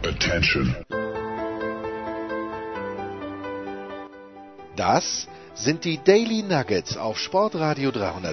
Attention. Das sind die Daily Nuggets auf Sportradio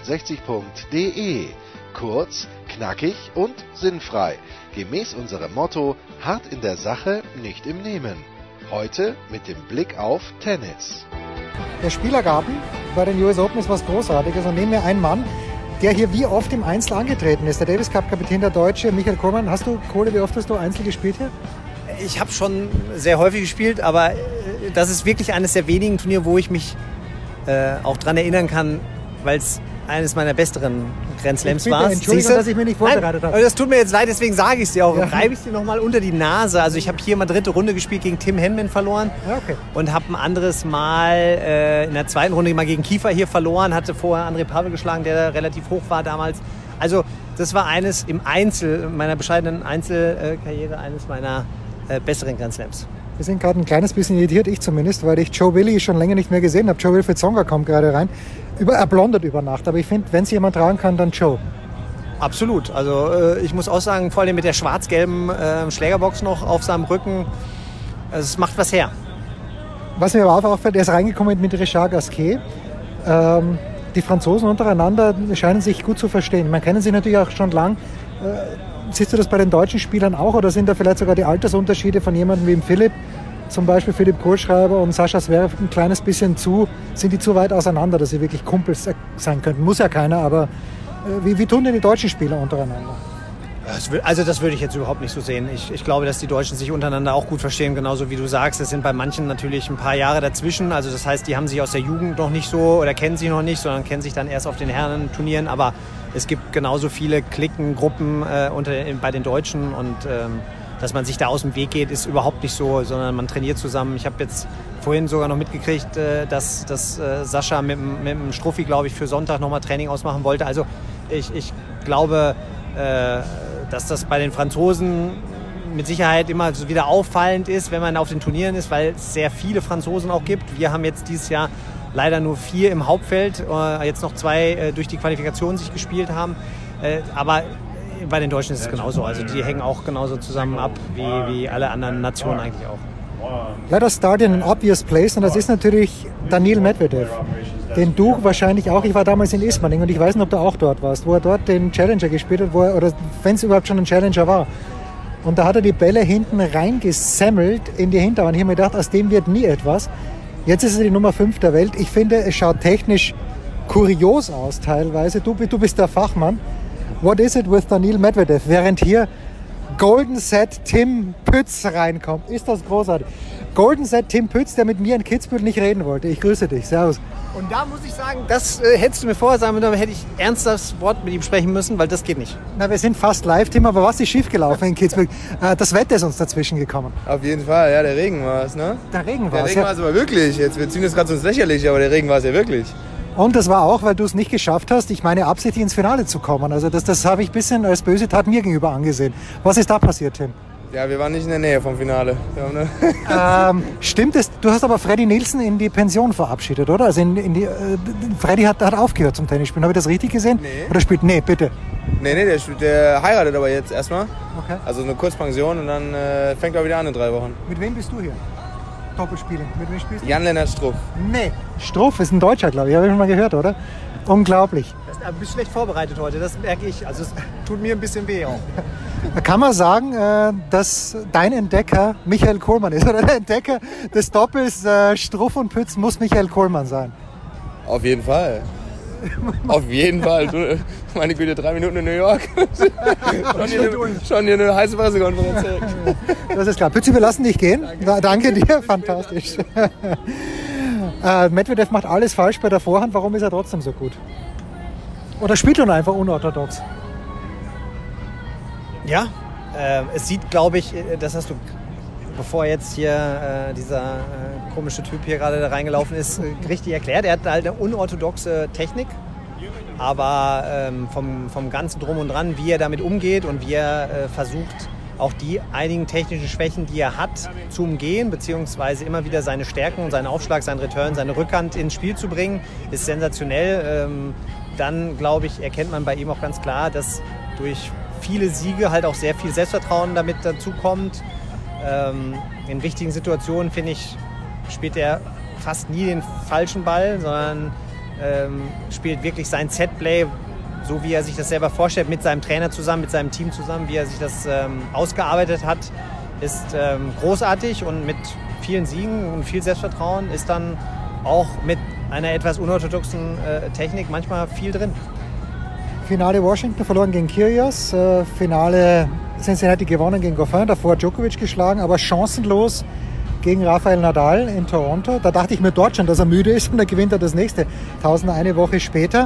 360.de. Kurz, knackig und sinnfrei. Gemäß unserem Motto: hart in der Sache, nicht im Nehmen. Heute mit dem Blick auf Tennis. Der Spielergarten bei den US Open ist was Großartiges und neben mir einen Mann, der hier wie oft im Einzel angetreten ist. Der Davis Cup Kapitän, der Deutsche, Michael Kohlmann. Wie oft hast du Einzel gespielt hier? Ich habe schon sehr häufig gespielt, aber das ist wirklich eines der wenigen Turniere, wo ich mich auch dran erinnern kann, weil es eines meiner besseren Grand Slams war. Entschuldigung, dass ich mich nicht vorbereitet habe. Das tut mir jetzt leid, deswegen sage ich es dir auch. Ja. Reibe ich es dir nochmal unter die Nase. Also ich habe hier mal dritte Runde gespielt, gegen Tim Henman verloren. Ja, okay. Und habe ein anderes Mal in der zweiten Runde mal gegen Kiefer hier verloren. Hatte vorher André Pavel geschlagen, der relativ hoch war damals. Also das war eines im Einzel, meiner bescheidenen Einzelkarriere, eines meiner besseren Grand Slams. Wir sind gerade ein kleines bisschen irritiert, ich zumindest, weil ich Joe Willie schon länger nicht mehr gesehen habe. Joe Wilfried Tsonga kommt gerade rein. Er blondet über Nacht, aber ich finde, wenn es jemand tragen kann, dann Joe. Absolut. Also ich muss auch sagen, vor allem mit der schwarz-gelben Schlägerbox noch auf seinem Rücken, es macht was her. Was mir aber auch auffällt, er ist reingekommen mit Richard Gasquet. Die Franzosen untereinander scheinen sich gut zu verstehen. Man kennt sich natürlich auch schon lang. Siehst du das bei den deutschen Spielern auch oder sind da vielleicht sogar die Altersunterschiede von jemandem wie Philipp, zum Beispiel Philipp Kohlschreiber und Sascha Zverev ein kleines bisschen sind die zu weit auseinander, dass sie wirklich Kumpels sein könnten? Muss ja keiner, aber wie tun denn die deutschen Spieler untereinander? Also das würde ich jetzt überhaupt nicht so sehen. Ich glaube, dass die Deutschen sich untereinander auch gut verstehen, genauso wie du sagst. Es sind bei manchen natürlich ein paar Jahre dazwischen. Also das heißt, die haben sich aus der Jugend noch nicht so oder kennen sich noch nicht, sondern kennen sich dann erst auf den Herrenturnieren. Aber es gibt genauso viele Cliquen, Gruppen bei den Deutschen und dass man sich da aus dem Weg geht, ist überhaupt nicht so, sondern man trainiert zusammen. Ich habe jetzt vorhin sogar noch mitgekriegt, dass Sascha mit dem Struffi, glaube ich, für Sonntag nochmal Training ausmachen wollte. Also ich glaube, dass das bei den Franzosen mit Sicherheit immer so wieder auffallend ist, wenn man auf den Turnieren ist, weil es sehr viele Franzosen auch gibt. Wir haben jetzt dieses Jahr leider nur 4 im Hauptfeld, jetzt noch 2 durch die Qualifikation sich gespielt haben. Aber bei den Deutschen ist es genauso. Also die hängen auch genauso zusammen ab wie alle anderen Nationen eigentlich auch. Let us start in an obvious place und das ist natürlich Daniil Medvedev. Den du wahrscheinlich auch, ich war damals in Ismaning und ich weiß nicht, ob du auch dort warst, wo er dort den Challenger gespielt hat, oder wenn es überhaupt schon ein Challenger war. Und da hat er die Bälle hinten reingesemmelt in die Hinterhand. Ich habe mir gedacht, aus dem wird nie etwas. Jetzt ist er die Nummer 5 der Welt. Ich finde, es schaut technisch kurios aus teilweise. Du bist der Fachmann. What is it with Daniil Medvedev? Während hier Golden Set Tim Pütz reinkommt. Ist das großartig. Golden Set Tim Pütz, der mit mir in Kitzbühel nicht reden wollte. Ich grüße dich. Servus. Und da muss ich sagen, das hättest du mir vorher sagen müssen, hätte ich ernst das Wort mit ihm sprechen müssen, weil das geht nicht. Na, wir sind fast live, Tim, aber was ist schiefgelaufen in Kitzbühel? Das Wetter ist uns dazwischen gekommen. Auf jeden Fall, ja, der Regen war es, ne? Der Regen war es, Der Regen war es aber wirklich. Jetzt, wir ziehen das gerade so ins Lächerliche, aber der Regen war es ja wirklich. Und das war auch, weil du es nicht geschafft hast, ich meine absichtlich ins Finale zu kommen. Also das habe ich ein bisschen als böse Tat mir gegenüber angesehen. Was ist da passiert, Tim? Ja, wir waren nicht in der Nähe vom Finale. Stimmt es? Du hast aber Freddy Nielsen in die Pension verabschiedet, oder? Also Freddy hat aufgehört zum Tennisspielen. Habe ich das richtig gesehen? Nee. Oder spielt? Nee, bitte. Nee, der heiratet aber jetzt erstmal. Okay. Also eine Kurzpension und dann fängt er wieder an in 3 Wochen. Mit wem bist du hier? Doppelspielen. Mit wem spielst du? Jan-Lennart Struff. Nee, Struff ist ein Deutscher, glaube ich. Habe ich schon mal gehört, oder? Unglaublich. Du bist schlecht vorbereitet heute, das merke ich. Also es tut mir ein bisschen weh auch. Kann man sagen, dass dein Entdecker Michael Kohlmann ist? Oder der Entdecker des Doppels Struff und Pütz muss Michael Kohlmann sein? Auf jeden Fall. Auf jeden Fall. Du, meine Güte, 3 Minuten in New York. schon hier eine heiße Pressekonferenz. Das ist klar. Pütz, wir lassen dich gehen. Danke dir, fantastisch. Medvedev macht alles falsch bei der Vorhand. Warum ist er trotzdem so gut? Oder spielt er einfach unorthodox? Ja, es sieht, glaube ich, das hast du, bevor jetzt hier dieser komische Typ hier gerade da reingelaufen ist, richtig erklärt. Er hat halt eine unorthodoxe Technik, aber vom ganzen Drum und Dran, wie er damit umgeht und wie er versucht, auch die einigen technischen Schwächen, die er hat, zu umgehen, beziehungsweise immer wieder seine Stärken und seinen Aufschlag, seinen Return, seine Rückhand ins Spiel zu bringen, ist sensationell. Dann, glaube ich, erkennt man bei ihm auch ganz klar, dass durch viele Siege halt auch sehr viel Selbstvertrauen damit dazu kommt. In wichtigen Situationen, finde ich, spielt er fast nie den falschen Ball, sondern spielt wirklich sein Setplay, so wie er sich das selber vorstellt, mit seinem Trainer zusammen, mit seinem Team zusammen, wie er sich das ausgearbeitet hat, ist großartig und mit vielen Siegen und viel Selbstvertrauen ist dann auch mit einer etwas unorthodoxen Technik manchmal viel drin. Finale Washington verloren gegen Kyrgios, Finale Cincinnati gewonnen gegen Goffin, davor Djokovic geschlagen, aber chancenlos gegen Rafael Nadal in Toronto. Da dachte ich mir dort schon, dass er müde ist und da gewinnt er das nächste 1000 eine Woche später.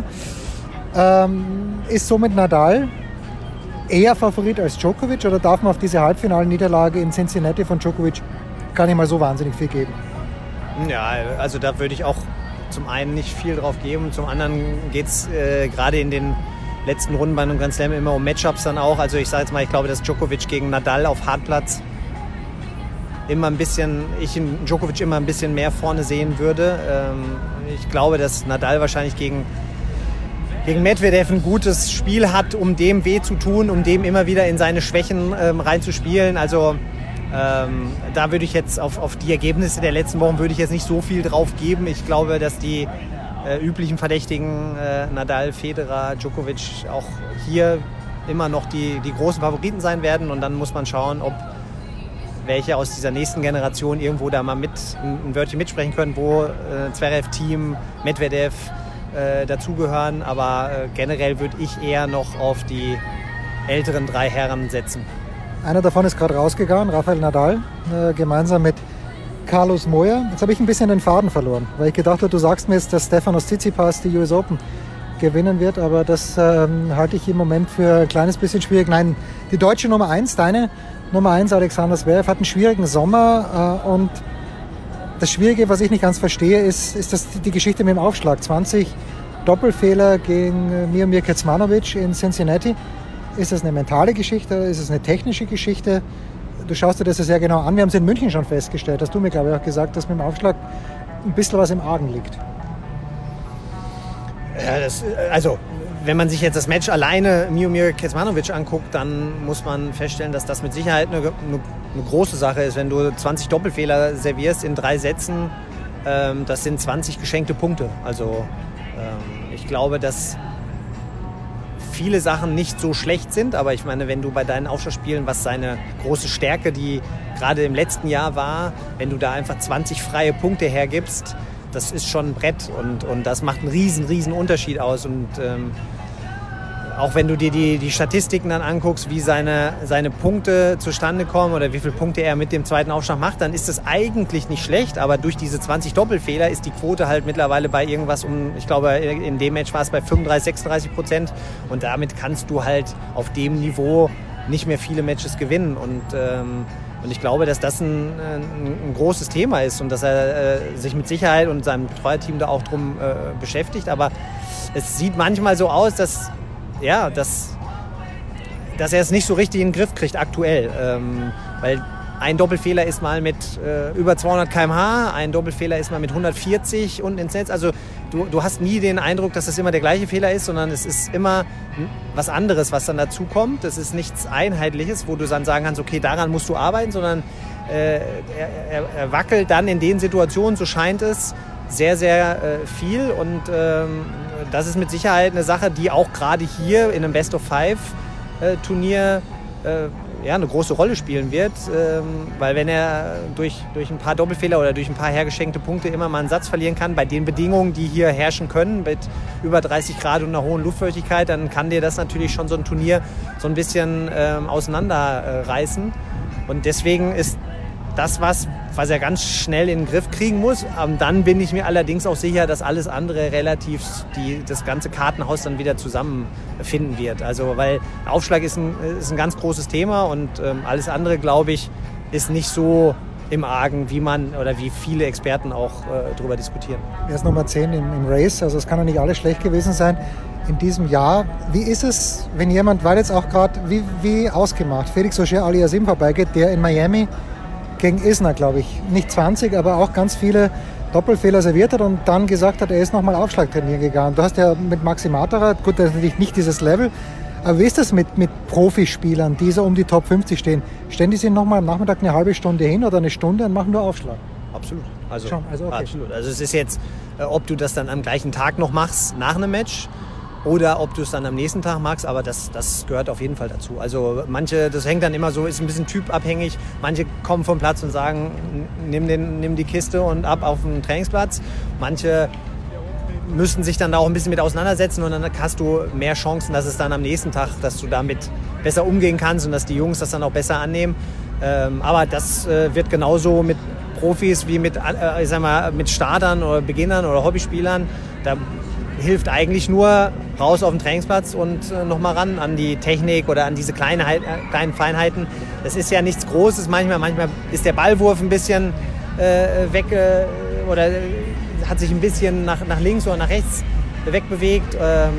Ist somit Nadal eher Favorit als Djokovic oder darf man auf diese Halbfinalniederlage in Cincinnati von Djokovic gar nicht mal so wahnsinnig viel geben? Ja, also da würde ich auch zum einen nicht viel drauf geben, zum anderen geht es gerade in den letzten Runden bei einem Grand Slam immer um Matchups dann auch. Also ich sage jetzt mal, ich glaube, dass Djokovic gegen Nadal auf Hartplatz immer ein bisschen, ich in Djokovic immer ein bisschen mehr vorne sehen würde. Ich glaube, dass Nadal wahrscheinlich gegen Medvedev ein gutes Spiel hat, um dem weh zu tun, um dem immer wieder in seine Schwächen reinzuspielen. Also da würde ich jetzt auf die Ergebnisse der letzten Wochen würde ich jetzt nicht so viel drauf geben. Ich glaube, dass die üblichen Verdächtigen Nadal, Federer, Djokovic auch hier immer noch die großen Favoriten sein werden. Und dann muss man schauen, ob welche aus dieser nächsten Generation irgendwo da mal ein Wörtchen mitsprechen können, wo Zverev, Thiem, Medvedev dazugehören. Aber generell würde ich eher noch auf die älteren 3 Herren setzen. Einer davon ist gerade rausgegangen, Rafael Nadal, gemeinsam mit Carlos Moya. Jetzt habe ich ein bisschen den Faden verloren, weil ich gedacht habe, du sagst mir jetzt, dass Stefanos Tsitsipas die US Open gewinnen wird, aber das halte ich im Moment für ein kleines bisschen schwierig. Nein, die deutsche Nummer 1, deine Nummer 1, Alexander Zverev, hat einen schwierigen Sommer und das Schwierige, was ich nicht ganz verstehe, ist das die Geschichte mit dem Aufschlag. 20 Doppelfehler gegen Miomir Kecmanovic in Cincinnati. Ist das eine mentale Geschichte? Ist es eine technische Geschichte? Du schaust dir das ja sehr genau an. Wir haben es in München schon festgestellt. Hast du mir, glaube ich, auch gesagt, dass mit dem Aufschlag ein bisschen was im Argen liegt. Ja, also, wenn man sich jetzt das Match alleine Miomir Kecmanovic anguckt, dann muss man feststellen, dass das mit Sicherheit eine große Sache ist. Wenn du 20 Doppelfehler servierst in 3 Sätzen, das sind 20 geschenkte Punkte. Also ich glaube, dass viele Sachen nicht so schlecht sind, aber ich meine, wenn du bei deinen Aufschlagspielen, was seine große Stärke, die gerade im letzten Jahr war, wenn du da einfach 20 freie Punkte hergibst, das ist schon ein Brett und das macht einen riesen Unterschied aus und auch wenn du dir die Statistiken dann anguckst, wie seine Punkte zustande kommen oder wie viele Punkte er mit dem zweiten Aufschlag macht, dann ist das eigentlich nicht schlecht, aber durch diese 20 Doppelfehler ist die Quote halt mittlerweile bei irgendwas ich glaube, in dem Match war es bei 35-36% und damit kannst du halt auf dem Niveau nicht mehr viele Matches gewinnen und ich glaube, dass das ein großes Thema ist und dass er sich mit Sicherheit und seinem Betreuerteam da auch drum beschäftigt, aber es sieht manchmal so aus, dass er es nicht so richtig in den Griff kriegt aktuell. Weil ein Doppelfehler ist mal mit über 200 km/h, ein Doppelfehler ist mal mit 140 unten ins Netz. Also du hast nie den Eindruck, dass das immer der gleiche Fehler ist, sondern es ist immer was anderes, was dann dazu kommt. Es ist nichts Einheitliches, wo du dann sagen kannst, okay, daran musst du arbeiten, sondern er wackelt dann in den Situationen, so scheint es, sehr, sehr viel und das ist mit Sicherheit eine Sache, die auch gerade hier in einem Best-of-5-Turnier eine große Rolle spielen wird, weil wenn er durch ein paar Doppelfehler oder durch ein paar hergeschenkte Punkte immer mal einen Satz verlieren kann, bei den Bedingungen, die hier herrschen können, mit über 30 Grad und einer hohen Luftfeuchtigkeit, dann kann dir das natürlich schon so ein Turnier so ein bisschen auseinanderreißen und deswegen ist das, was er ganz schnell in den Griff kriegen muss. Dann bin ich mir allerdings auch sicher, dass alles andere relativ das ganze Kartenhaus dann wieder zusammenfinden wird. Also, weil Aufschlag ist ein ganz großes Thema und alles andere, glaube ich, ist nicht so im Argen, wie viele Experten auch darüber diskutieren. Er ist Nummer 10 im Race, also es kann ja nicht alles schlecht gewesen sein in diesem Jahr. Wie ist es, wenn jemand, weil jetzt auch gerade wie ausgemacht, Felix Auger-Aliassime vorbeigeht, der in Miami gegen Isner, glaube ich, nicht 20, aber auch ganz viele Doppelfehler serviert hat und dann gesagt hat, er ist nochmal Aufschlag trainieren gegangen. Du hast ja mit Maxi Matera, gut, das ist natürlich nicht dieses Level, Aber wie ist das mit Profispielern, die so um die Top 50 stehen? Stellen die sich nochmal am Nachmittag eine halbe Stunde hin oder eine Stunde und machen nur Aufschlag? Absolut. Also okay. Absolut. Also es ist jetzt, ob du das dann am gleichen Tag noch machst, nach einem Match, oder ob du es dann am nächsten Tag magst, aber das gehört auf jeden Fall dazu. Also manche, das hängt dann immer so, ist ein bisschen typabhängig. Manche kommen vom Platz und sagen, nimm die Kiste und ab auf den Trainingsplatz. Manche müssten sich dann da auch ein bisschen mit auseinandersetzen und dann hast du mehr Chancen, dass es dann am nächsten Tag, dass du damit besser umgehen kannst und dass die Jungs das dann auch besser annehmen. Aber das wird genauso mit Profis wie mit Startern oder Beginnern oder Hobbyspielern. Da hilft eigentlich nur raus auf den Trainingsplatz und nochmal ran an die Technik oder an diese kleinen Feinheiten. Das ist ja nichts Großes. Manchmal ist der Ballwurf ein bisschen weg oder hat sich ein bisschen nach links oder nach rechts wegbewegt.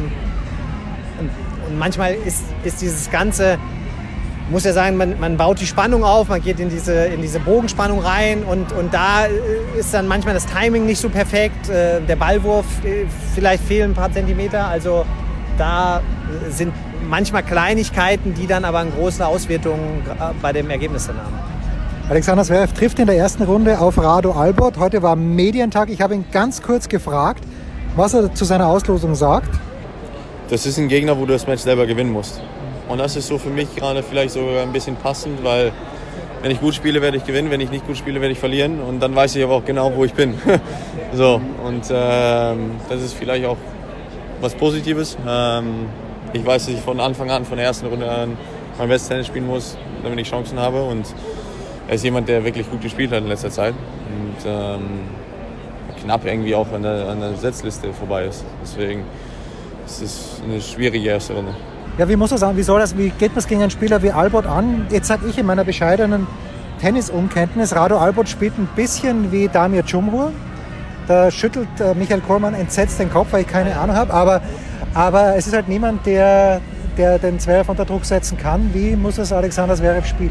Und manchmal ist dieses Ganze, muss ja sagen, man baut die Spannung auf, man geht in diese Bogenspannung rein und da ist dann manchmal das Timing nicht so perfekt, der Ballwurf, vielleicht fehlen ein paar Zentimeter, also da sind manchmal Kleinigkeiten, die dann aber eine große Auswirkung bei dem Ergebnis dann haben. Alexander Zverev trifft in der ersten Runde auf Rado Albot. Heute war Medientag. Ich habe ihn ganz kurz gefragt, was er zu seiner Auslosung sagt. Das ist ein Gegner, wo du das Match selber gewinnen musst. Und das ist so für mich gerade vielleicht sogar ein bisschen passend, weil wenn ich gut spiele, werde ich gewinnen, wenn ich nicht gut spiele, werde ich verlieren. Und dann weiß ich aber auch genau, wo ich bin. So, und das ist vielleicht auch was Positives. Ich weiß, dass ich von Anfang an, von der ersten Runde an, mein bestes Tennis spielen muss, damit ich Chancen habe. Und er ist jemand, der wirklich gut gespielt hat in letzter Zeit. Und knapp irgendwie auch an der Setzliste vorbei ist. Deswegen ist es eine schwierige erste Runde. Ja, wie muss das sein? Wie geht das gegen einen Spieler wie Albot an? Jetzt sage ich in meiner bescheidenen Tennisunkenntnis, Rado Albot spielt ein bisschen wie Damir Cumhur. Da schüttelt Michael Kohlmann entsetzt den Kopf, weil ich keine Ahnung habe. Aber es ist halt niemand, der den Zverev unter Druck setzen kann. Wie muss es Alexander Zverev spielen?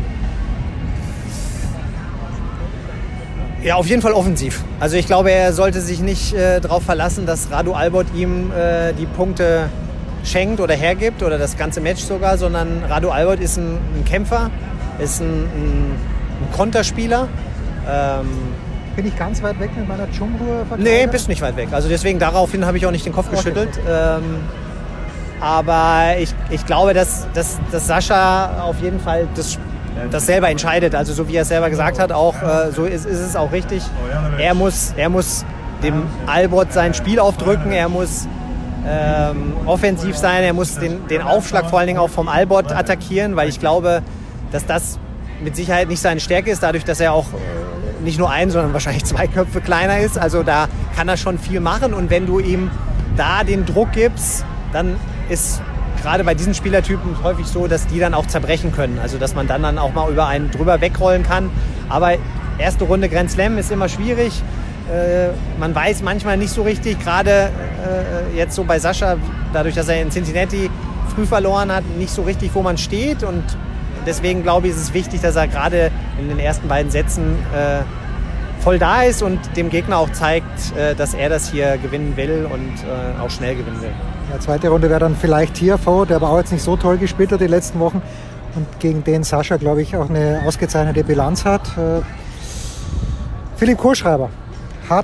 Ja, auf jeden Fall offensiv. Also ich glaube, er sollte sich nicht darauf verlassen, dass Rado Albot ihm die Punkte schenkt oder hergibt oder das ganze Match sogar, sondern Rado Albot ist ein Kämpfer, ist ein Konterspieler. Bin ich ganz weit weg mit meiner Cumhur-Verkleidung? Nee, bist nicht weit weg. Also deswegen, daraufhin habe ich auch nicht den Kopf geschüttelt. Okay. Aber ich glaube, dass Sascha auf jeden Fall das selber entscheidet. Also so wie er es selber gesagt hat, auch so ist es auch richtig. Er muss dem Albot sein Spiel aufdrücken, er muss offensiv sein, er muss den Aufschlag vor allen Dingen auch vom Albot attackieren, weil ich glaube, dass das mit Sicherheit nicht seine Stärke ist, dadurch, dass er auch nicht nur ein, sondern wahrscheinlich 2 Köpfe kleiner ist. Also da kann er schon viel machen und wenn du ihm da den Druck gibst, dann ist gerade bei diesen Spielertypen häufig so, dass die dann auch zerbrechen können. Also dass man dann auch mal über einen drüber wegrollen kann. Aber erste Runde Grand Slam ist immer schwierig. Man weiß manchmal nicht so richtig, gerade jetzt so bei Sascha, dadurch, dass er in Cincinnati früh verloren hat, nicht so richtig, wo man steht. Und deswegen glaube ich, ist es wichtig, dass er gerade in den ersten beiden Sätzen voll da ist und dem Gegner auch zeigt, dass er das hier gewinnen will und auch schnell gewinnen will. Ja, zweite Runde wäre dann vielleicht Tiafoe, der aber auch jetzt nicht so toll gespielt hat die letzten Wochen und gegen den Sascha, glaube ich, auch eine ausgezeichnete Bilanz hat. Philipp Kohlschreiber hat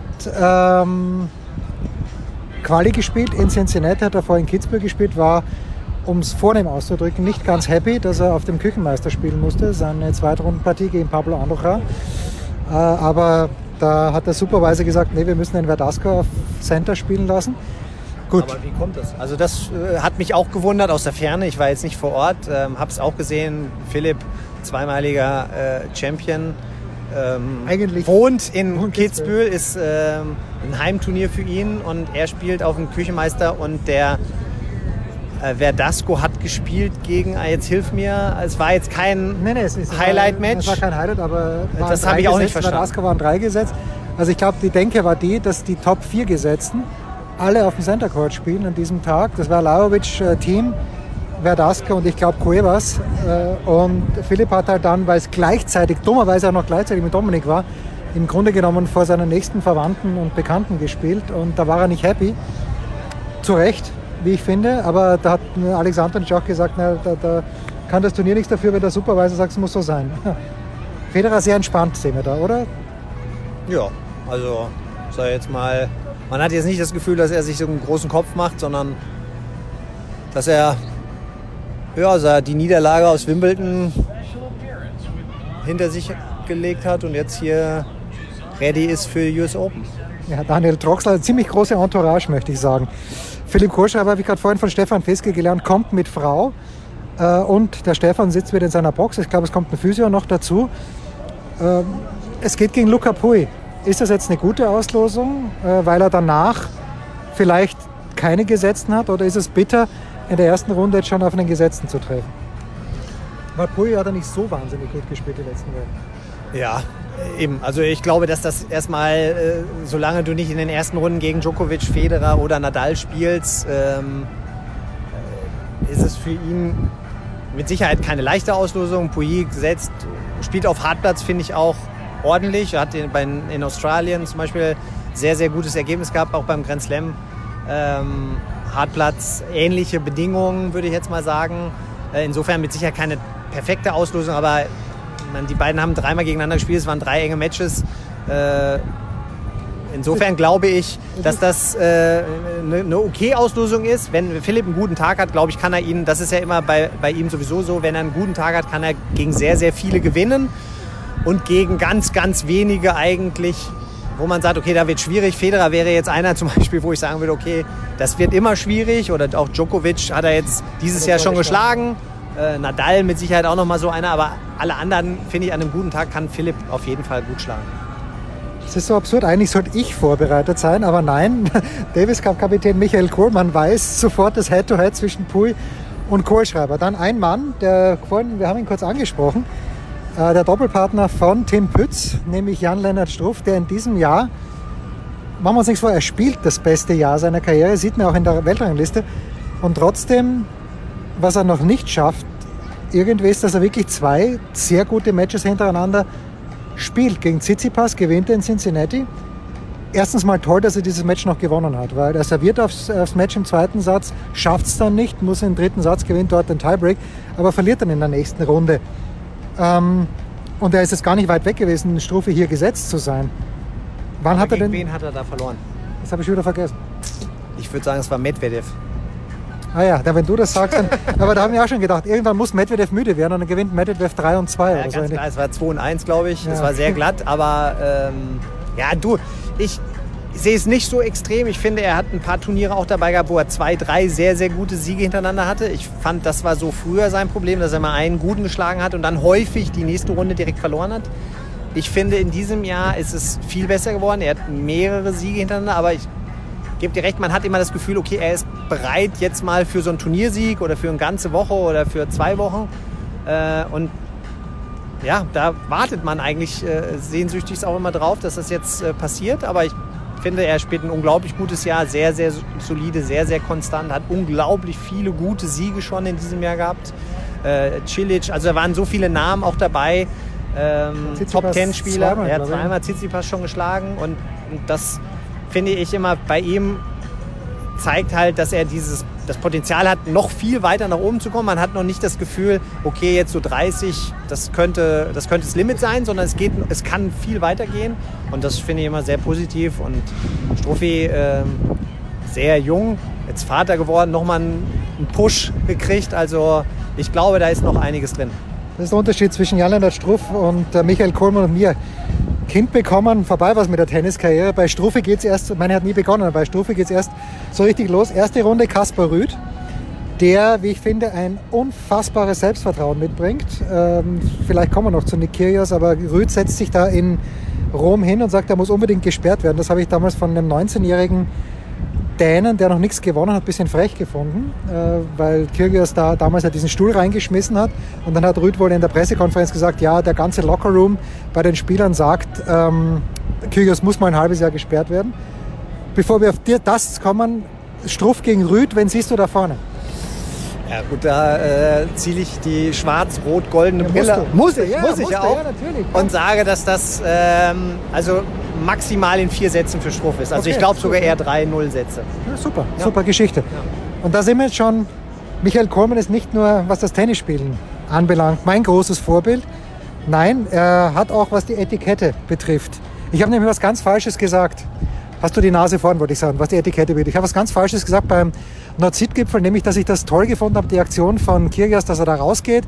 Quali gespielt in Cincinnati, hat er vorhin in Kitzbühel gespielt, war, um es vornehm auszudrücken, nicht ganz happy, dass er auf dem Küchenmeister spielen musste, seine Zweitrundenpartie gegen Pablo Andujar. Aber da hat der Supervisor gesagt, nee, wir müssen den Verdasco auf Center spielen lassen. Gut. Aber wie kommt das? Also das hat mich auch gewundert aus der Ferne. Ich war jetzt nicht vor Ort, habe es auch gesehen. Philipp, zweimaliger Champion, eigentlich wohnt in Kitzbühel, ist ein Heimturnier für ihn und er spielt auf dem Küchenmeister und der Verdasco hat gespielt gegen, jetzt hilf mir, es war jetzt kein Highlight-Match. Es war kein Highlight, aber das habe ich auch nicht verstanden. Verdasco waren 3 gesetzt. Also ich glaube, die Denke war die, dass die Top 4 Gesetzten alle auf dem Center Court spielen an diesem Tag. Das war Lajovic, Team, Verdasco und ich glaube Cuevas. Und Philipp hat halt dann, weil es gleichzeitig, dummerweise auch noch gleichzeitig mit Dominik war, im Grunde genommen vor seinen nächsten Verwandten und Bekannten gespielt und da war er nicht happy. Zu Recht, wie ich finde. Aber da hat Alexander auch gesagt, na, da kann das Turnier nichts dafür, wenn der Supervisor sagt, es muss so sein. Federer sehr entspannt, sehen wir da, oder? Ja, also sag jetzt mal, man hat jetzt nicht das Gefühl, dass er sich so einen großen Kopf macht, sondern dass er die Niederlage aus Wimbledon hinter sich gelegt hat und jetzt hier ready ist für US Open. Ja, Daniel Troxler, ziemlich große Entourage, möchte ich sagen. Philipp Kohlschreiber, habe ich gerade vorhin von Stefan Feske gelernt, kommt mit Frau und der Stefan sitzt wieder in seiner Box. Ich glaube, es kommt ein Physio noch dazu. Es geht gegen Luca Pouille. Ist das jetzt eine gute Auslosung, weil er danach vielleicht keine Gesetzten hat, oder ist es bitter, in der ersten Runde jetzt schon auf einen Gesetzten zu treffen? Weil Pouille hat er nicht so wahnsinnig gut gespielt die letzten Wochen. Ja, eben. Also ich glaube, dass das erstmal, solange du nicht in den ersten Runden gegen Djokovic, Federer oder Nadal spielst, ist es für ihn mit Sicherheit keine leichte Auslosung. Pouille spielt auf Hartplatz, finde ich auch ordentlich. Er hat in Australien zum Beispiel sehr, sehr gutes Ergebnis gehabt, auch beim Grand Slam. Hartplatz, ähnliche Bedingungen, würde ich jetzt mal sagen. Insofern mit Sicherheit keine perfekte Auslosung, aber die beiden haben dreimal gegeneinander gespielt, es waren 3 enge Matches. Insofern glaube ich, dass das eine okay Auslosung ist. Wenn Philipp einen guten Tag hat, glaube ich, kann er ihn, das ist ja immer bei ihm sowieso so, wenn er einen guten Tag hat, kann er gegen sehr, sehr viele gewinnen und gegen ganz, ganz wenige eigentlich, wo man sagt, okay, da wird schwierig. Federer wäre jetzt einer zum Beispiel, wo ich sagen würde, okay, das wird immer schwierig. Oder auch Djokovic hat er jetzt dieses Jahr schon geschlagen. Nadal mit Sicherheit auch nochmal so einer. Aber alle anderen, finde ich, an einem guten Tag kann Philipp auf jeden Fall gut schlagen. Das ist so absurd. Eigentlich sollte ich vorbereitet sein, aber nein. Davis Cup-Kapitän Michael Kohlmann weiß sofort das Head-to-Head zwischen Pouille und Kohlschreiber. Dann ein Mann, wir haben ihn kurz angesprochen, der Doppelpartner von Tim Pütz, nämlich Jan-Lennart Struff, der in diesem Jahr, machen wir uns nichts vor, er spielt das beste Jahr seiner Karriere, sieht man auch in der Weltrangliste. Und trotzdem, was er noch nicht schafft, irgendwie ist, dass er wirklich 2 sehr gute Matches hintereinander spielt. Gegen Tsitsipas gewinnt er in Cincinnati. Erstens mal toll, dass er dieses Match noch gewonnen hat, weil er serviert aufs Match im zweiten Satz, schafft es dann nicht, muss im dritten Satz, gewinnt dort den Tiebreak, aber verliert dann in der nächsten Runde. Und er ist jetzt gar nicht weit weg gewesen, Struff hier gesetzt zu sein. Wann hat er denn? Gegen wen hat er da verloren? Das habe ich wieder vergessen. Ich würde sagen, es war Medvedev. Ah ja, wenn du das sagst, dann. Aber da haben wir auch schon gedacht, irgendwann muss Medvedev müde werden und dann gewinnt Medvedev 3-2 Ja, oder so. ganz klar, es war 2-1, glaube ich. Ja. Es war sehr glatt, aber ich sehe es nicht so extrem. Ich finde, er hat ein paar Turniere auch dabei gehabt, wo er 2, 3 sehr, sehr gute Siege hintereinander hatte. Ich fand, das war so früher sein Problem, dass er mal einen guten geschlagen hat und dann häufig die nächste Runde direkt verloren hat. Ich finde, in diesem Jahr ist es viel besser geworden. Er hat mehrere Siege hintereinander, aber ich gebe dir recht, man hat immer das Gefühl, okay, er ist bereit jetzt mal für so einen Turniersieg oder für eine ganze Woche oder für 2 Wochen. Und ja, da wartet man eigentlich sehnsüchtig auch immer drauf, dass das jetzt passiert. Aber ich finde, er spielt ein unglaublich gutes Jahr, sehr, sehr solide, sehr, sehr konstant, hat unglaublich viele gute Siege schon in diesem Jahr gehabt. Cilic, also da waren so viele Namen auch dabei. Top-10-Spieler. Er hat zweimal Tsitsipas schon geschlagen und das finde ich immer bei ihm zeigt halt, dass er das Potenzial hat, noch viel weiter nach oben zu kommen. Man hat noch nicht das Gefühl, okay, jetzt so 30, das könnte das Limit sein, sondern es kann viel weiter gehen und das finde ich immer sehr positiv. Und Struffi, sehr jung, jetzt Vater geworden, nochmal einen Push gekriegt, also ich glaube, da ist noch einiges drin. Das ist der Unterschied zwischen Jan-Lennart Struff und Michael Kohlmann und mir. Kind bekommen, vorbei was mit der Tenniskarriere. Bei Struffi geht es erst, meine hat nie begonnen, bei Struffi geht es erst so richtig los. Erste Runde Kaspar Rüth, der, wie ich finde, ein unfassbares Selbstvertrauen mitbringt. Vielleicht kommen wir noch zu Nick Kyrgios, aber Rüth setzt sich da in Rom hin und sagt, er muss unbedingt gesperrt werden. Das habe ich damals von einem 19-jährigen Dänen, der noch nichts gewonnen hat, ein bisschen frech gefunden, weil Kyrgios da damals diesen Stuhl reingeschmissen hat und dann hat Rüth wohl in der Pressekonferenz gesagt, ja, der ganze Lockerroom bei den Spielern sagt, Kyrgios muss mal ein halbes Jahr gesperrt werden. Bevor wir auf das kommen, Struff gegen Rüth, wen siehst du da vorne? Ja gut, da ziehe ich die schwarz-rot-goldene Brille. Muss ich auch. Ja, natürlich. Und sage, dass das also maximal in 4 Sätzen für Struff ist. Also okay, ich glaube sogar eher 3-0 Sätze. Ja, super, super Geschichte. Ja. Und da sind wir jetzt schon, Michael Kohlmann ist nicht nur, was das Tennisspielen anbelangt, mein großes Vorbild. Nein, er hat auch, was die Etikette betrifft. Ich habe nämlich was ganz Falsches gesagt. Hast du die Nase vorn, wollte ich sagen, was die Etikette betrifft. Ich habe was ganz Falsches gesagt beim Nord-Süd-Gipfel, nämlich, dass ich das toll gefunden habe, die Aktion von Kyrgios, dass er da rausgeht,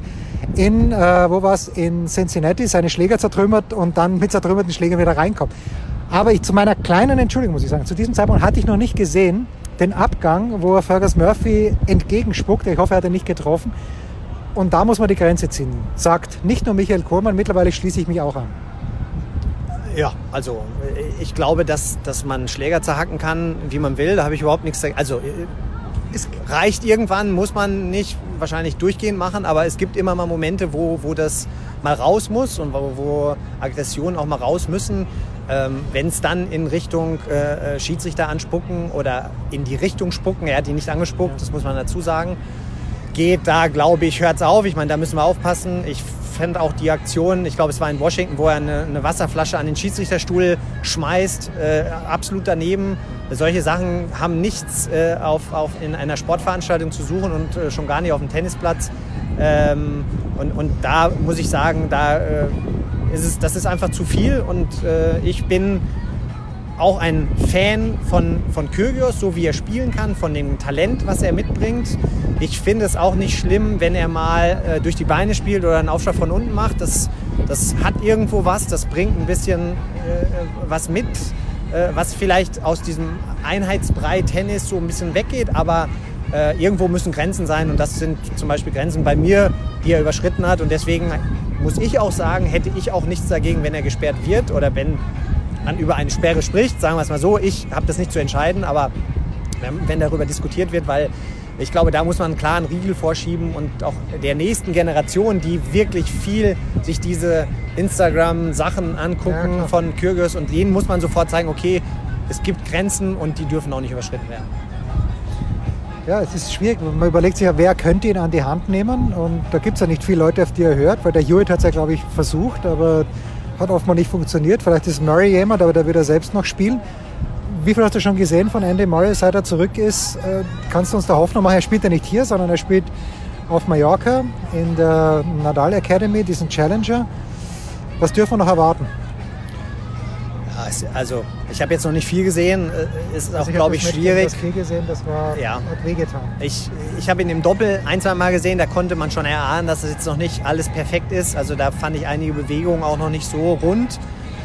in Cincinnati, seine Schläger zertrümmert und dann mit zertrümmerten Schlägern wieder reinkommt. Aber zu meiner kleinen Entschuldigung muss ich sagen, zu diesem Zeitpunkt hatte ich noch nicht gesehen, den Abgang, wo er Fergus Murphy entgegenspuckt. Ich hoffe, er hat ihn nicht getroffen. Und da muss man die Grenze ziehen. Sagt nicht nur Michael Kohlmann, mittlerweile schließe ich mich auch an. Ja, also ich glaube, dass man Schläger zerhacken kann, wie man will. Da habe ich überhaupt nichts dagegen. Also es reicht irgendwann, muss man nicht wahrscheinlich durchgehend machen, aber es gibt immer mal Momente, wo das mal raus muss und wo Aggressionen auch mal raus müssen. Wenn es dann in Richtung Schiedsrichter anspucken oder in die Richtung spucken, er hat ihn nicht angespuckt, das muss man dazu sagen, geht, da glaube ich, hört es auf. Ich meine, da müssen wir aufpassen. Ich fände auch die Aktion, ich glaube, es war in Washington, wo er eine Wasserflasche an den Schiedsrichterstuhl schmeißt, absolut daneben. Solche Sachen haben nichts in einer Sportveranstaltung zu suchen und schon gar nicht auf dem Tennisplatz. Und da muss ich sagen, das ist einfach zu viel und ich bin auch ein Fan von Kyrgios, so wie er spielen kann, von dem Talent, was er mitbringt. Ich finde es auch nicht schlimm, wenn er mal durch die Beine spielt oder einen Aufschlag von unten macht. Das hat irgendwo was, das bringt ein bisschen was mit, was vielleicht aus diesem Einheitsbrei Tennis so ein bisschen weggeht, aber irgendwo müssen Grenzen sein und das sind zum Beispiel Grenzen bei mir, die er überschritten hat und deswegen muss ich auch sagen, hätte ich auch nichts dagegen, wenn er gesperrt wird oder wenn man über eine Sperre spricht, sagen wir es mal so, ich habe das nicht zu entscheiden, aber wenn darüber diskutiert wird, weil ich glaube, da muss man einen klaren Riegel vorschieben und auch der nächsten Generation, die wirklich viel sich diese Instagram-Sachen angucken von Kyrgios und denen muss man sofort zeigen, okay, es gibt Grenzen und die dürfen auch nicht überschritten werden. Ja, es ist schwierig. Man überlegt sich ja, wer könnte ihn an die Hand nehmen und da gibt es ja nicht viele Leute, auf die er hört, weil der Hewitt hat es ja, glaube ich, versucht, aber hat oftmals nicht funktioniert. Vielleicht ist Murray jemand, aber der wird er selbst noch spielen. Wie viel hast du schon gesehen von Andy Murray, seit er zurück ist? Kannst du uns da Hoffnung machen? Er spielt ja nicht hier, sondern er spielt auf Mallorca in der Nadal Academy, diesen Challenger. Was dürfen wir noch erwarten? Ja, also ich habe jetzt noch nicht viel gesehen. Es ist auch, glaube ich, schwierig. Das viel gesehen, das war hat wehgetan. Ich habe ihn im Doppel ein, zwei Mal gesehen, da konnte man schon erahnen, dass es jetzt noch nicht alles perfekt ist. Also da fand ich einige Bewegungen auch noch nicht so rund.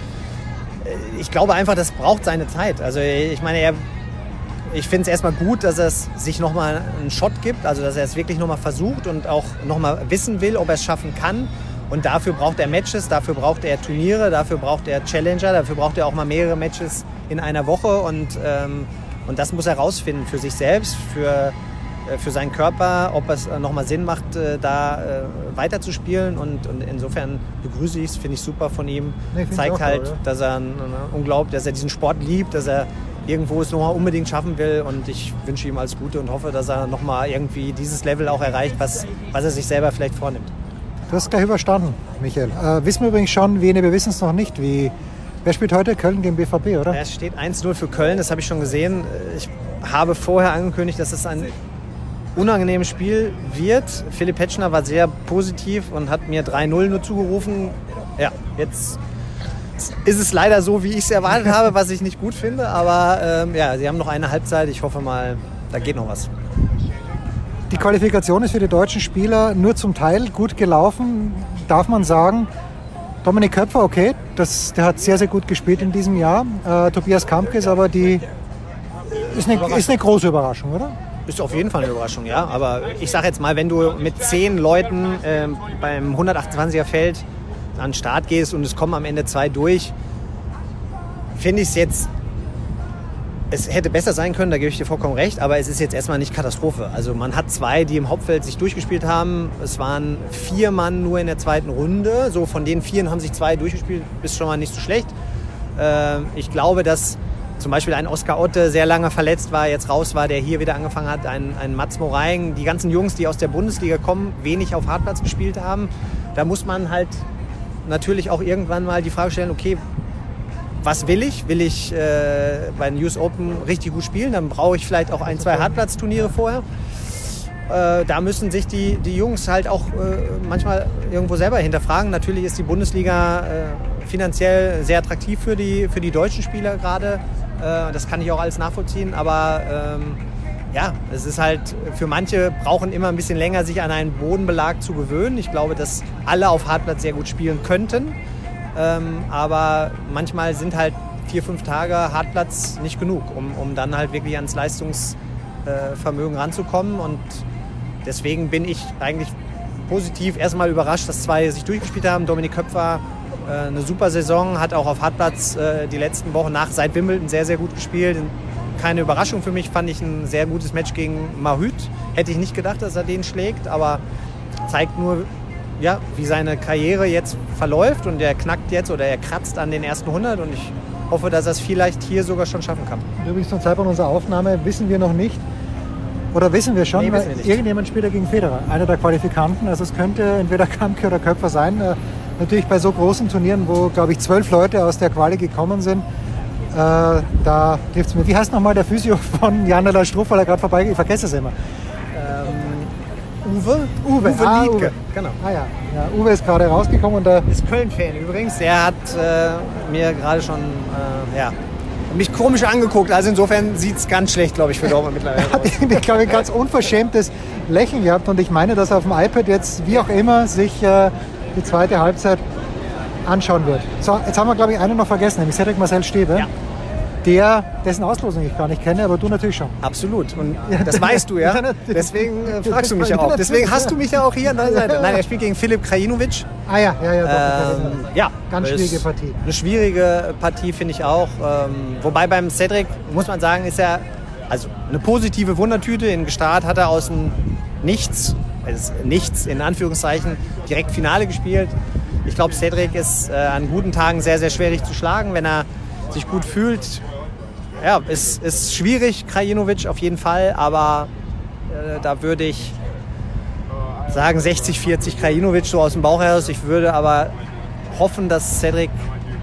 Ich glaube einfach, das braucht seine Zeit. Also ich meine, ich finde es erstmal gut, dass er sich nochmal einen Shot gibt, also dass er es wirklich nochmal versucht und auch nochmal wissen will, ob er es schaffen kann. Und dafür braucht er Matches, dafür braucht er Turniere, dafür braucht er Challenger, dafür braucht er auch mal mehrere Matches in einer Woche. Und das muss er rausfinden für sich selbst, für seinen Körper, ob es nochmal Sinn macht, da weiterzuspielen. Und insofern begrüße ich es, finde ich super von ihm. Zeigt halt, toll, dass er dass er diesen Sport liebt, dass er irgendwo es nochmal unbedingt schaffen will. Und ich wünsche ihm alles Gute und hoffe, dass er nochmal irgendwie dieses Level auch erreicht, was er sich selber vielleicht vornimmt. Du hast gleich überstanden, Michael. Wissen wir übrigens schon, wir wissen es noch nicht, wer spielt heute? Köln gegen BVB, oder? Es steht 1-0 für Köln, das habe ich schon gesehen. Ich habe vorher angekündigt, dass es ein unangenehmes Spiel wird. Philipp Petschner war sehr positiv und hat mir 3-0 nur zugerufen. Ja, jetzt ist es leider so, wie ich es erwartet habe, was ich nicht gut finde. Aber sie haben noch eine Halbzeit. Ich hoffe mal, da geht noch was. Die Qualifikation ist für die deutschen Spieler nur zum Teil gut gelaufen, darf man sagen. Dominik Köpfer, okay, der hat sehr, sehr gut gespielt in diesem Jahr. Tobias Kampkes, aber ist eine große Überraschung, oder? Ist auf jeden Fall eine Überraschung, ja. Aber ich sage jetzt mal, wenn du mit 10 Leuten beim 128er Feld an den Start gehst und es kommen am Ende 2 durch, finde ich es jetzt, es hätte besser sein können, da gebe ich dir vollkommen recht, aber es ist jetzt erstmal nicht Katastrophe. Also man hat 2, die im Hauptfeld sich durchgespielt haben. Es waren 4 Mann nur in der zweiten Runde. So von den 4 haben sich 2 durchgespielt, ist schon mal nicht so schlecht. Ich glaube, dass zum Beispiel ein Oskar Otte sehr lange verletzt war, jetzt raus war, der hier wieder angefangen hat, ein Mats Moraing, die ganzen Jungs, die aus der Bundesliga kommen, wenig auf Hartplatz gespielt haben. Da muss man halt natürlich auch irgendwann mal die Frage stellen, okay, was will ich? Will ich bei den US Open richtig gut spielen? Dann brauche ich vielleicht auch 1, 2 Hartplatzturniere vorher. Da müssen sich die Jungs halt auch manchmal irgendwo selber hinterfragen. Natürlich ist die Bundesliga finanziell sehr attraktiv für die deutschen Spieler gerade. Das kann ich auch alles nachvollziehen. Aber ja, es ist halt, für manche brauchen immer ein bisschen länger, sich an einen Bodenbelag zu gewöhnen. Ich glaube, dass alle auf Hartplatz sehr gut spielen könnten. Aber manchmal sind halt 4, 5 Tage Hartplatz nicht genug, um dann halt wirklich ans Leistungsvermögen ranzukommen. Und deswegen bin ich eigentlich positiv erstmal überrascht, dass 2 sich durchgespielt haben. Dominik Köpfer eine super Saison, hat auch auf Hartplatz die letzten Wochen seit Wimbledon sehr, sehr gut gespielt. Keine Überraschung für mich, fand ich ein sehr gutes Match gegen Mahut. Hätte ich nicht gedacht, dass er den schlägt, aber zeigt nur, ja, wie seine Karriere jetzt verläuft, und er knackt jetzt oder er kratzt an den ersten 100, und ich hoffe, dass er es vielleicht hier sogar schon schaffen kann. Übrigens zum Zeitpunkt unserer Aufnahme wissen wir noch nicht, oder wissen wir schon, wissen wir nicht. Irgendjemand spielt ja gegen Federer, einer der Qualifikanten. Also es könnte entweder Kampke oder Köpfer sein. Natürlich bei so großen Turnieren, wo, glaube ich, 12 Leute aus der Quali gekommen sind, da trifft es mir. Wie heißt nochmal der Physio von Jan-Nela Struff, weil er gerade vorbeigeht? Ich vergesse es immer. Uwe Liedke. Uwe. Genau. Ja. Uwe ist gerade rausgekommen und Ist Köln-Fan übrigens. Er hat mir gerade schon mich komisch angeguckt. Also insofern sieht es ganz schlecht, glaube ich, für Dortmund mittlerweile. hat, ich glaube, ein ganz unverschämtes Lächeln gehabt, und ich meine, dass er auf dem iPad jetzt, wie auch immer, sich die zweite Halbzeit anschauen wird. So, jetzt haben wir, glaube ich, einen noch vergessen, nämlich Cedric Marcel Stebe. Ja. Dessen Auslosung ich gar nicht kenne, aber du natürlich schon. Absolut. Und das weißt du, ja. Deswegen fragst du mich ja auch. Deswegen hast du mich ja auch hier an deiner Seite. Nein, er spielt gegen Filip Krajinovic. Ja. Ganz schwierige Partie. Eine schwierige Partie, finde ich auch. Wobei beim Cedric, muss man sagen, ist er also eine positive Wundertüte. In Gstaad hat er aus dem Nichts in Anführungszeichen, direkt Finale gespielt. Ich glaube, Cedric ist an guten Tagen sehr, sehr schwierig zu schlagen, wenn er sich gut fühlt. Ja, ist schwierig, Krajinovic auf jeden Fall, aber da würde ich sagen 60-40 Krajinovic so aus dem Bauch heraus. Ich würde aber hoffen, dass Cedric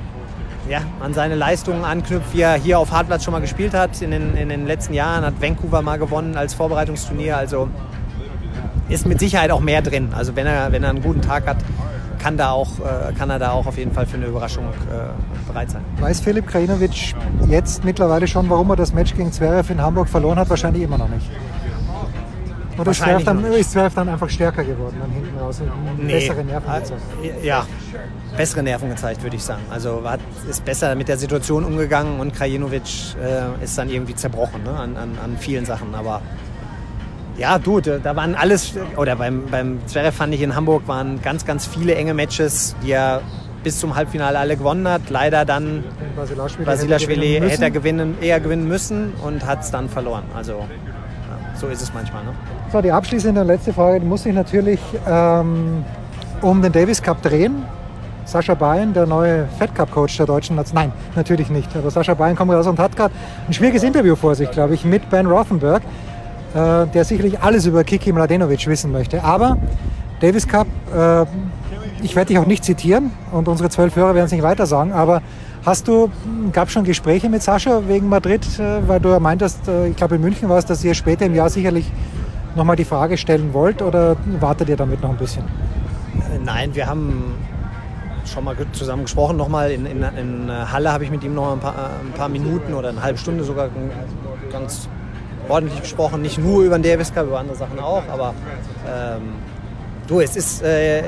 an seine Leistungen anknüpft, wie er hier auf Hartplatz schon mal gespielt hat in den letzten Jahren, hat Vancouver mal gewonnen als Vorbereitungsturnier, also ist mit Sicherheit auch mehr drin. Also wenn er einen guten Tag hat, kann er da auch auf jeden Fall für eine Überraschung bereit sein. Weiß Filip Krajinovic jetzt mittlerweile schon, warum er das Match gegen Zverev in Hamburg verloren hat? Wahrscheinlich immer noch nicht. Oder ist Zverev dann einfach stärker geworden, dann hinten raus? Bessere Nerven gezeigt? Ja, bessere Nerven gezeigt, würde ich sagen. Also ist besser mit der Situation umgegangen, und Krajinovic ist dann irgendwie zerbrochen, ne, an vielen Sachen. Aber ja, du, da waren alles, oder beim Zverev fand ich in Hamburg waren ganz, ganz viele enge Matches, die er bis zum Halbfinale alle gewonnen hat. Leider dann Basilashvili hätte er eher gewinnen müssen und hat es dann verloren. Also so ist es manchmal. Ne? So, die abschließende und letzte Frage, die muss sich natürlich um den Davis Cup drehen. Sascha Bayen, der neue Fed Cup Coach der deutschen Nation. Nein, natürlich nicht. Aber Sascha Bayen kommt raus und hat gerade ein schwieriges Interview vor sich, glaube ich, mit Ben Rothenberg, der sicherlich alles über Kiki Mladenovic wissen möchte. Aber Davis Cup, ich werde dich auch nicht zitieren und unsere 12 Hörer werden es nicht weiter sagen, aber gab es schon Gespräche mit Sascha wegen Madrid, weil du ja meintest, ich glaube in München war es, dass ihr später im Jahr sicherlich nochmal die Frage stellen wollt, oder wartet ihr damit noch ein bisschen? Nein, wir haben schon mal zusammen gesprochen. Nochmal in Halle habe ich mit ihm noch ein paar Minuten oder eine halbe Stunde sogar ganz ordentlich gesprochen. Nicht nur über den Davis Cup, über andere Sachen auch. Aber es ist eine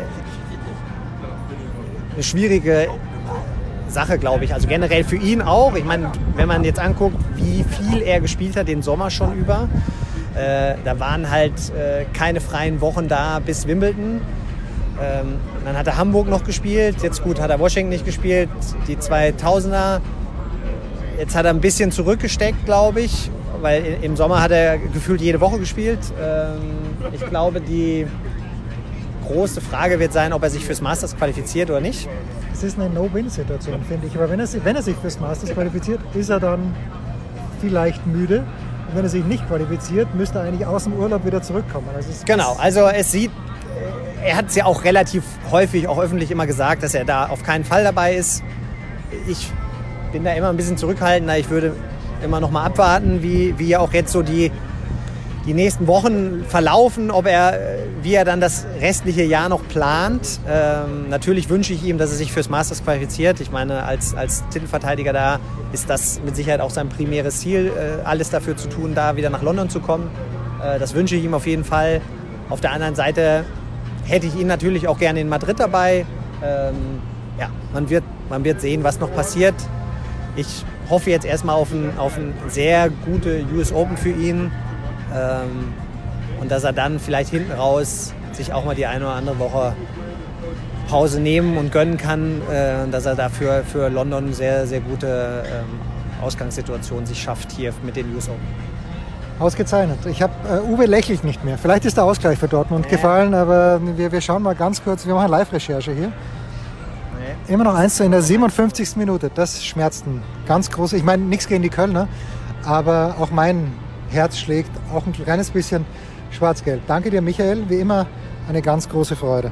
schwierige Sache, glaube ich. Also generell für ihn auch. Ich meine, wenn man jetzt anguckt, wie viel er gespielt hat den Sommer schon über, da waren halt keine freien Wochen da bis Wimbledon. Dann hat er Hamburg noch gespielt. Jetzt gut, hat er Washington nicht gespielt. Die 2000er. Jetzt hat er ein bisschen zurückgesteckt, glaube ich. Weil im Sommer hat er gefühlt jede Woche gespielt. Ich glaube, die große Frage wird sein, ob er sich fürs Masters qualifiziert oder nicht. Es ist eine No-Win-Situation, finde ich. Aber wenn er sich fürs Masters qualifiziert, ist er dann vielleicht müde. Und wenn er sich nicht qualifiziert, müsste er eigentlich aus dem Urlaub wieder zurückkommen. Genau, also er hat es ja auch relativ häufig, auch öffentlich immer gesagt, dass er da auf keinen Fall dabei ist. Ich bin da immer ein bisschen zurückhaltender. Ich würde immer noch mal abwarten, wie auch jetzt so die nächsten Wochen verlaufen, wie er dann das restliche Jahr noch plant. Natürlich wünsche ich ihm, dass er sich fürs Masters qualifiziert. Ich meine, als Titelverteidiger da ist das mit Sicherheit auch sein primäres Ziel, alles dafür zu tun, da wieder nach London zu kommen. Das wünsche ich ihm auf jeden Fall. Auf der anderen Seite hätte ich ihn natürlich auch gerne in Madrid dabei. Man wird sehen, was noch passiert. Ich hoffe jetzt erstmal auf ein sehr gute US Open für ihn. Und dass er dann vielleicht hinten raus sich auch mal die eine oder andere Woche Pause nehmen und gönnen kann, dass er dafür für London sehr, sehr gute Ausgangssituationen sich schafft hier mit den US Open. Ausgezeichnet. Uwe lächelt nicht mehr. Vielleicht ist der Ausgleich für Dortmund gefallen, aber wir schauen mal ganz kurz, wir machen Live-Recherche hier. Immer noch 1 in der 57. Minute. Das schmerzt ein ganz groß. Ich meine, nichts gegen die Kölner, aber auch mein Herz schlägt auch ein kleines bisschen schwarz-gelb. Danke dir, Michael. Wie immer eine ganz große Freude.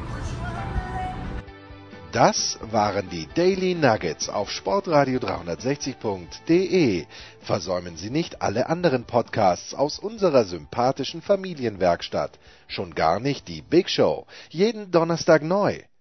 Das waren die Daily Nuggets auf sportradio360.de. Versäumen Sie nicht alle anderen Podcasts aus unserer sympathischen Familienwerkstatt. Schon gar nicht die Big Show. Jeden Donnerstag neu.